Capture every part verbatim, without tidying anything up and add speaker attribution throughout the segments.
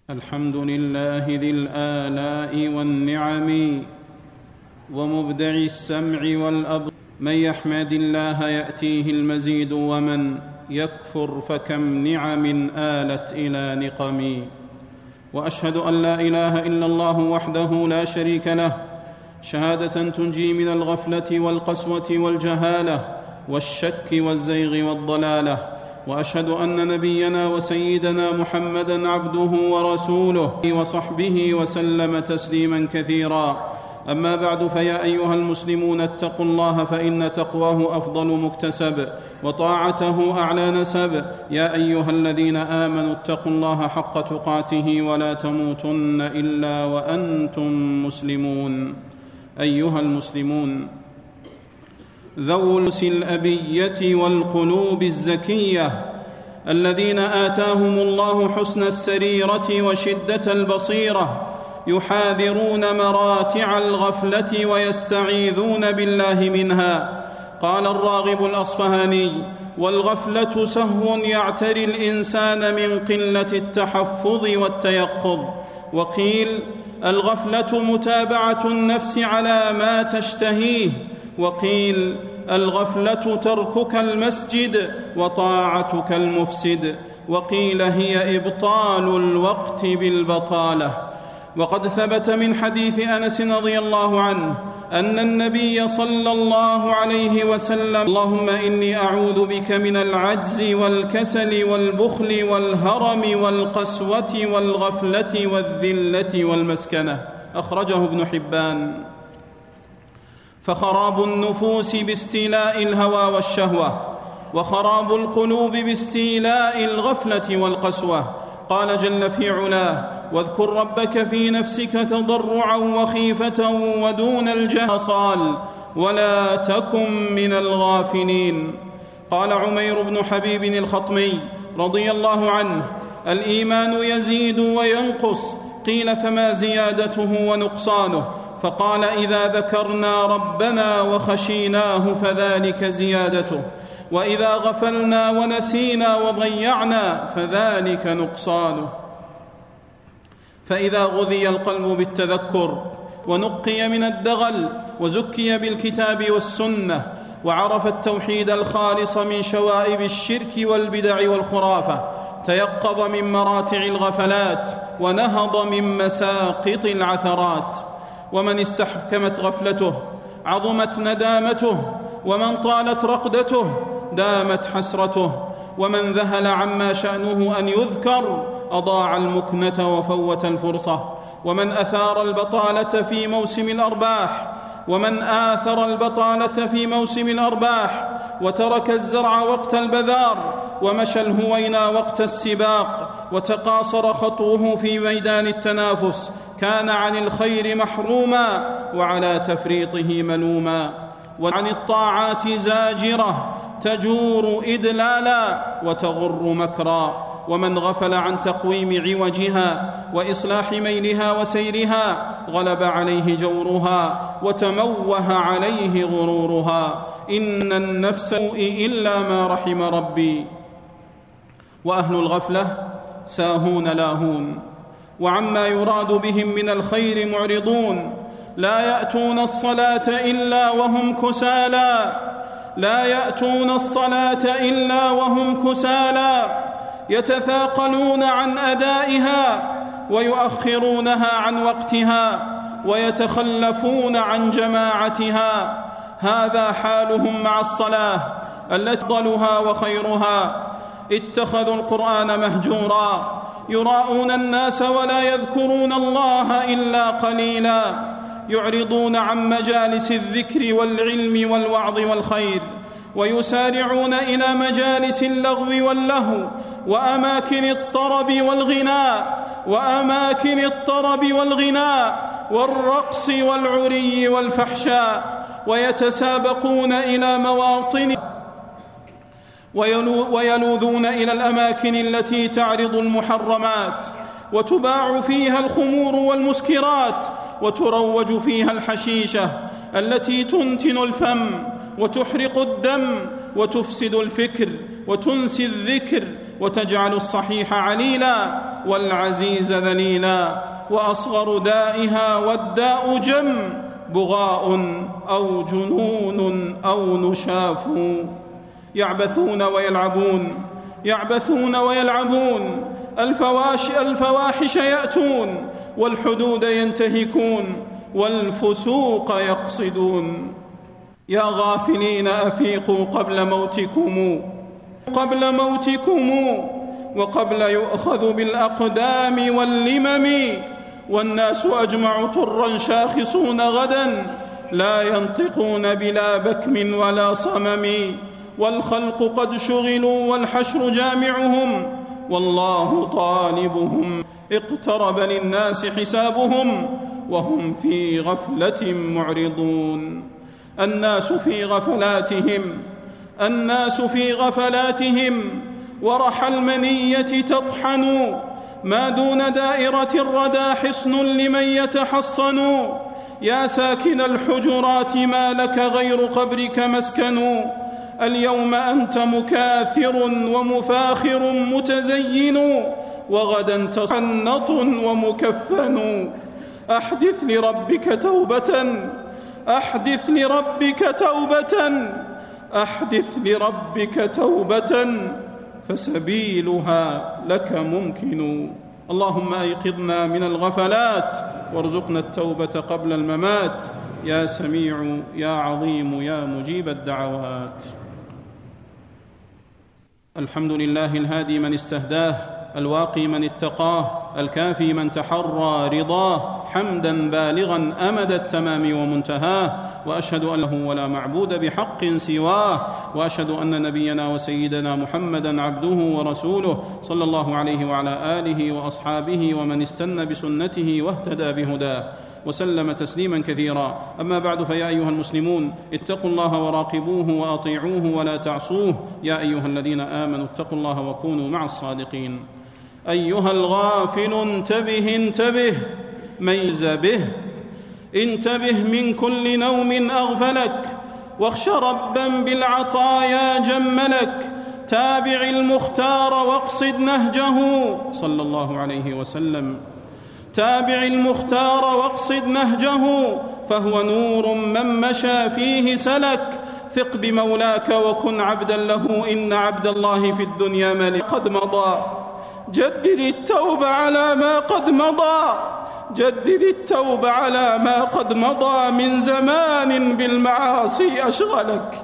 Speaker 1: الحمد لله ذي الآلاء والنعم ومبدع السمع والأبصار. من يحمد الله يأتيه المزيد، ومن يكفر فكم نعم آلت إلى نقم. وأشهد أن لا إله إلا الله وحده لا شريك له، شهادة تنجي من الغفلة والقسوة والجهالة والشك والزيغ والضلالة. وأشهد أن نبينا وسيدنا محمدًا عبده ورسوله وصحبه وسلم تسليمًا كثيرًا. أما بعد، فيا أيها المسلمون اتقوا الله، فإن تقواه أفضل مكتسب وطاعته أعلى نسب. يا أيها الذين آمنوا اتقوا الله حق تقاته ولا تموتن إلا وأنتم مسلمون. أيها المسلمون، ذو الأنس الأبية والقلوب الزكية الذين آتاهم الله حسن السريرة وشدة البصيرة يحاذرون مراتع الغفلة ويستعيذون بالله منها. قال الراغب الأصفهاني: والغفلة سهو يعتري الإنسان من قلة التحفظ والتيقظ. وقيل: الغفلة متابعة النفس على ما تشتهيه. وقيل: الغفلة تركك المسجد وطاعتك المفسد. وقيل: هي إبطال الوقت بالبطالة. وقد ثبت من حديث أنس رضي الله عنه أن النبي صلى الله عليه وسلم: اللهم إني أعوذ بك من العجز والكسل والبخل والهرم والقسوة والغفلة والذلة والمسكنة. أخرجه ابن حبان. فخراب النفوس باستيلاء الهوى والشهوة، وخراب القلوب باستيلاء الغفلة والقسوة. قال جل في علاه: واذكر ربك في نفسك تضرعا وخيفة ودون الجهر صال ولا تكن من الغافلين. قال عمير بن حبيب الخطمي رضي الله عنه: الإيمان يزيد وينقص. قيل: فما زيادته ونقصانه؟ فقال: إذا ذكرنا ربنا وخشيناه فذلك زيادته، وإذا غفلنا ونسينا وضيعنا فذلك نقصانه. فإذا غذي القلب بالتذكر ونقي من الدغل وزكي بالكتاب والسنة وعرف التوحيد الخالص من شوائب الشرك والبدع والخرافة، تيقظ من مراتع الغفلات ونهض من مساقط العثرات. ومن استحكمت غفلته عظمت ندامته، ومن طالت رقدته دامت حسرته، ومن ذهل عما شأنه أن يذكر أضاع المكنة وفوت الفرصة. ومن أثار البطالة في موسم الأرباح ومن آثر البطالة في موسم الأرباح وترك الزرع وقت البذار ومشى الهوينا وقت السباق وتقاصر خطوه في ميدان التنافس كان عن الخير محروما وعلى تفريطه ملوما. وعن الطاعات زاجرة تجور إدلالا وتغر مكرا. ومن غفل عن تقويم عوجها وإصلاح ميلها وسيرها غلب عليه جورها وتموه عليه غرورها. إن النفس إلا ما رحم ربي. وأهل الغفلة ساهون لاهون، وعما يراد بهم من الخير معرضون. لا يأتون الصلاة إلا وهم كسالى لا يأتون الصلاة إلا وهم كسالى يتثاقلون عن أدائها ويؤخرونها عن وقتها ويتخلفون عن جماعتها. هذا حالهم مع الصلاة التي أفضلها وخيرها. اتخذوا القرآن مهجورا، يراءون الناس ولا يذكرون الله إلا قليلا، يعرضون عن مجالس الذكر والعلم والوعظ والخير، ويسارعون إلى مجالس اللغو واللهو وأماكن الطرب والغناء وأماكن الطرب والغناء والرقص والعري والفحشاء، ويتسابقون إلى مواطن ويلوذون إلى الأماكن التي تعرض المحرمات وتباع فيها الخمور والمسكرات وتروج فيها الحشيشة التي تنتن الفم وتحرق الدم وتفسد الفكر وتنسي الذكر وتجعل الصحيح عليلا والعزيز ذليلا، وأصغر دائها والداء جم، بغاء أو جنون أو نشاف. يعبثون ويلعبون يعبثون ويلعبون الفواش الفواحش يأتون، والحدود ينتهكون، والفسوق يقصدون. يا غافلين أفيقوا قبل موتكم قبل موتكم وقبل يؤخذ بالأقدام واللمم. والناس أجمع طرا شاخصون غدا، لا ينطقون بلا بكم ولا صمم. والخلق قد شغلوا والحشر جامعهم، والله طالبهم. اقترب للناس حسابهم وهم في غفلة معرضون. الناس في غفلاتهم الناس في غفلاتهم ورح المنية تطحن. ما دون دائرة الردى حصن لمن يتحصن. يا ساكن الحجرات ما لك غير قبرك مسكن. اليوم أنت مكاثر ومفاخر متزين، وغدا تصنط ومكفن. أحدث لربك توبة أحدث لربك توبة أحدث لربك توبة فسبيلها لك ممكن. اللهم أيقظنا من الغفلات وارزقنا التوبة قبل الممات، يا سميع يا عظيم يا مجيب الدعوات. الحمد لله الهادي من استهداه، الواقي من اتقاه، الكافي من تحرى رضاه، حمدا بالغا أمد التمام ومنتهاه. وأشهد أن له ولا معبود بحق سواه، وأشهد أن نبينا وسيدنا محمدا عبده ورسوله، صلى الله عليه وعلى آله وأصحابه ومن استنى بسنته واهتدى بهداه وسلم تسليما كثيرا. أما بعد، فيا أيها المسلمون اتقوا الله وراقبوه وأطيعوه ولا تعصوه. يا أيها الذين آمنوا اتقوا الله وكونوا مع الصادقين. أيها الغافل انتبه انتبه ميز به، انتبه من كل نوم أغفلك، واخش ربا بالعطايا جملك. تابع المختار واقصد نهجه صلى الله عليه وسلم. تابع المختار واقصد نهجه، فهو نور من مشى فيه سلك. ثق بمولاك وكن عبدا له، إن عبد الله في الدنيا ملك قد مضى. جدد التوبة على ما قد مضى جدد التوبة على ما قد مضى من زمان بالمعاصي أشغلك.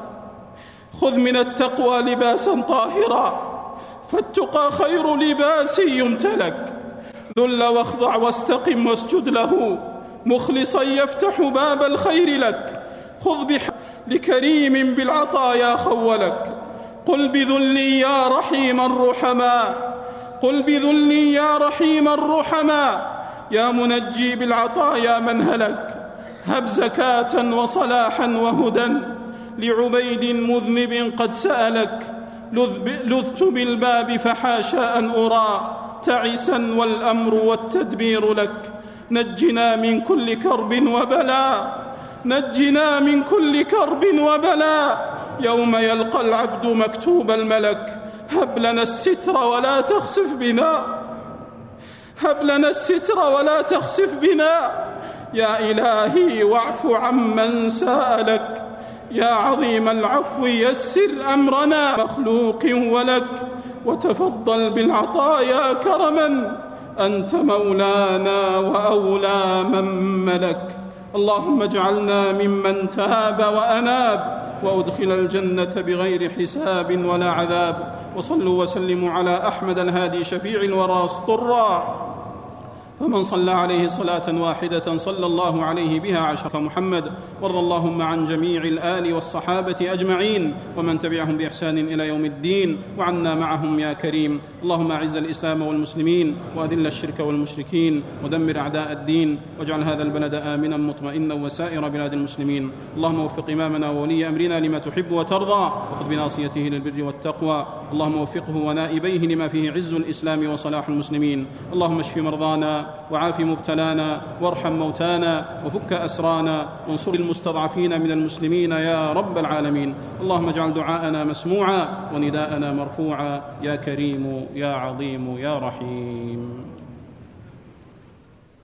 Speaker 1: خذ من التقوى لباسا طاهرا، فالتقى خير لباس يمتلك. ذل واخضع واستقم واسجد له، مخلصا يفتح باب الخير لك. خذ بحق لكريم بالعطايا خولك. قل بذلي يا رحيم الرحماء قل بذلي يا رحيم الرحماء يا منجي بالعطايا من هلك. هب زكاة وصلاحا وهدى لعبيد مذنب قد سألك. لذت بالباب فحاشا أن أرى تعسا والأمر والتدبير لك. نجنا من كل كرب وبلاء نجنا من كل كرب وبلاء يوم يلقى العبد مكتوب الملك. هب لنا الستر ولا تخسف بنا هب لنا الستر ولا تخسف بنا يا إلهي، واعف عمن سألك. يا عظيم العفو يسر أمرنا مخلوق ولك، وتفضل بالعطايا كرما. أنت مولانا وأولى من ملك. اللهم اجعلنا ممن تاب وأناب، وأدخل الجنة بغير حساب ولا عذاب. وصلوا وسلموا على أحمد الهادي شفيع الورى اسطرا، فمن صلى عليه صلاة واحدة صلى الله عليه بها عشر. محمد. وارض اللهم عن جميع الآل والصحابة أجمعين ومن تبعهم بإحسان إلى يوم الدين، وعنا معهم يا كريم. اللهم أعز الإسلام والمسلمين، وأذل الشرك والمشركين، ودمر أعداء الدين، واجعل هذا البلد آمنا مطمئنا وسائر بلاد المسلمين. اللهم وفق إمامنا وولي أمرنا لما تحب وترضى، وخذ بناصيته للبر والتقوى. اللهم وفقه ونائبيه لما فيه عز الإسلام وصلاح المسلمين. اللهم اشف مرضانا مرضانا وعاف مبتلانا وارحم موتانا وفك أسرانا وانصر المستضعفين من المسلمين يا رب العالمين. اللهم اجعل دعاءنا مسموعا ونداءنا مرفوعا يا كريم يا عظيم يا رحيم.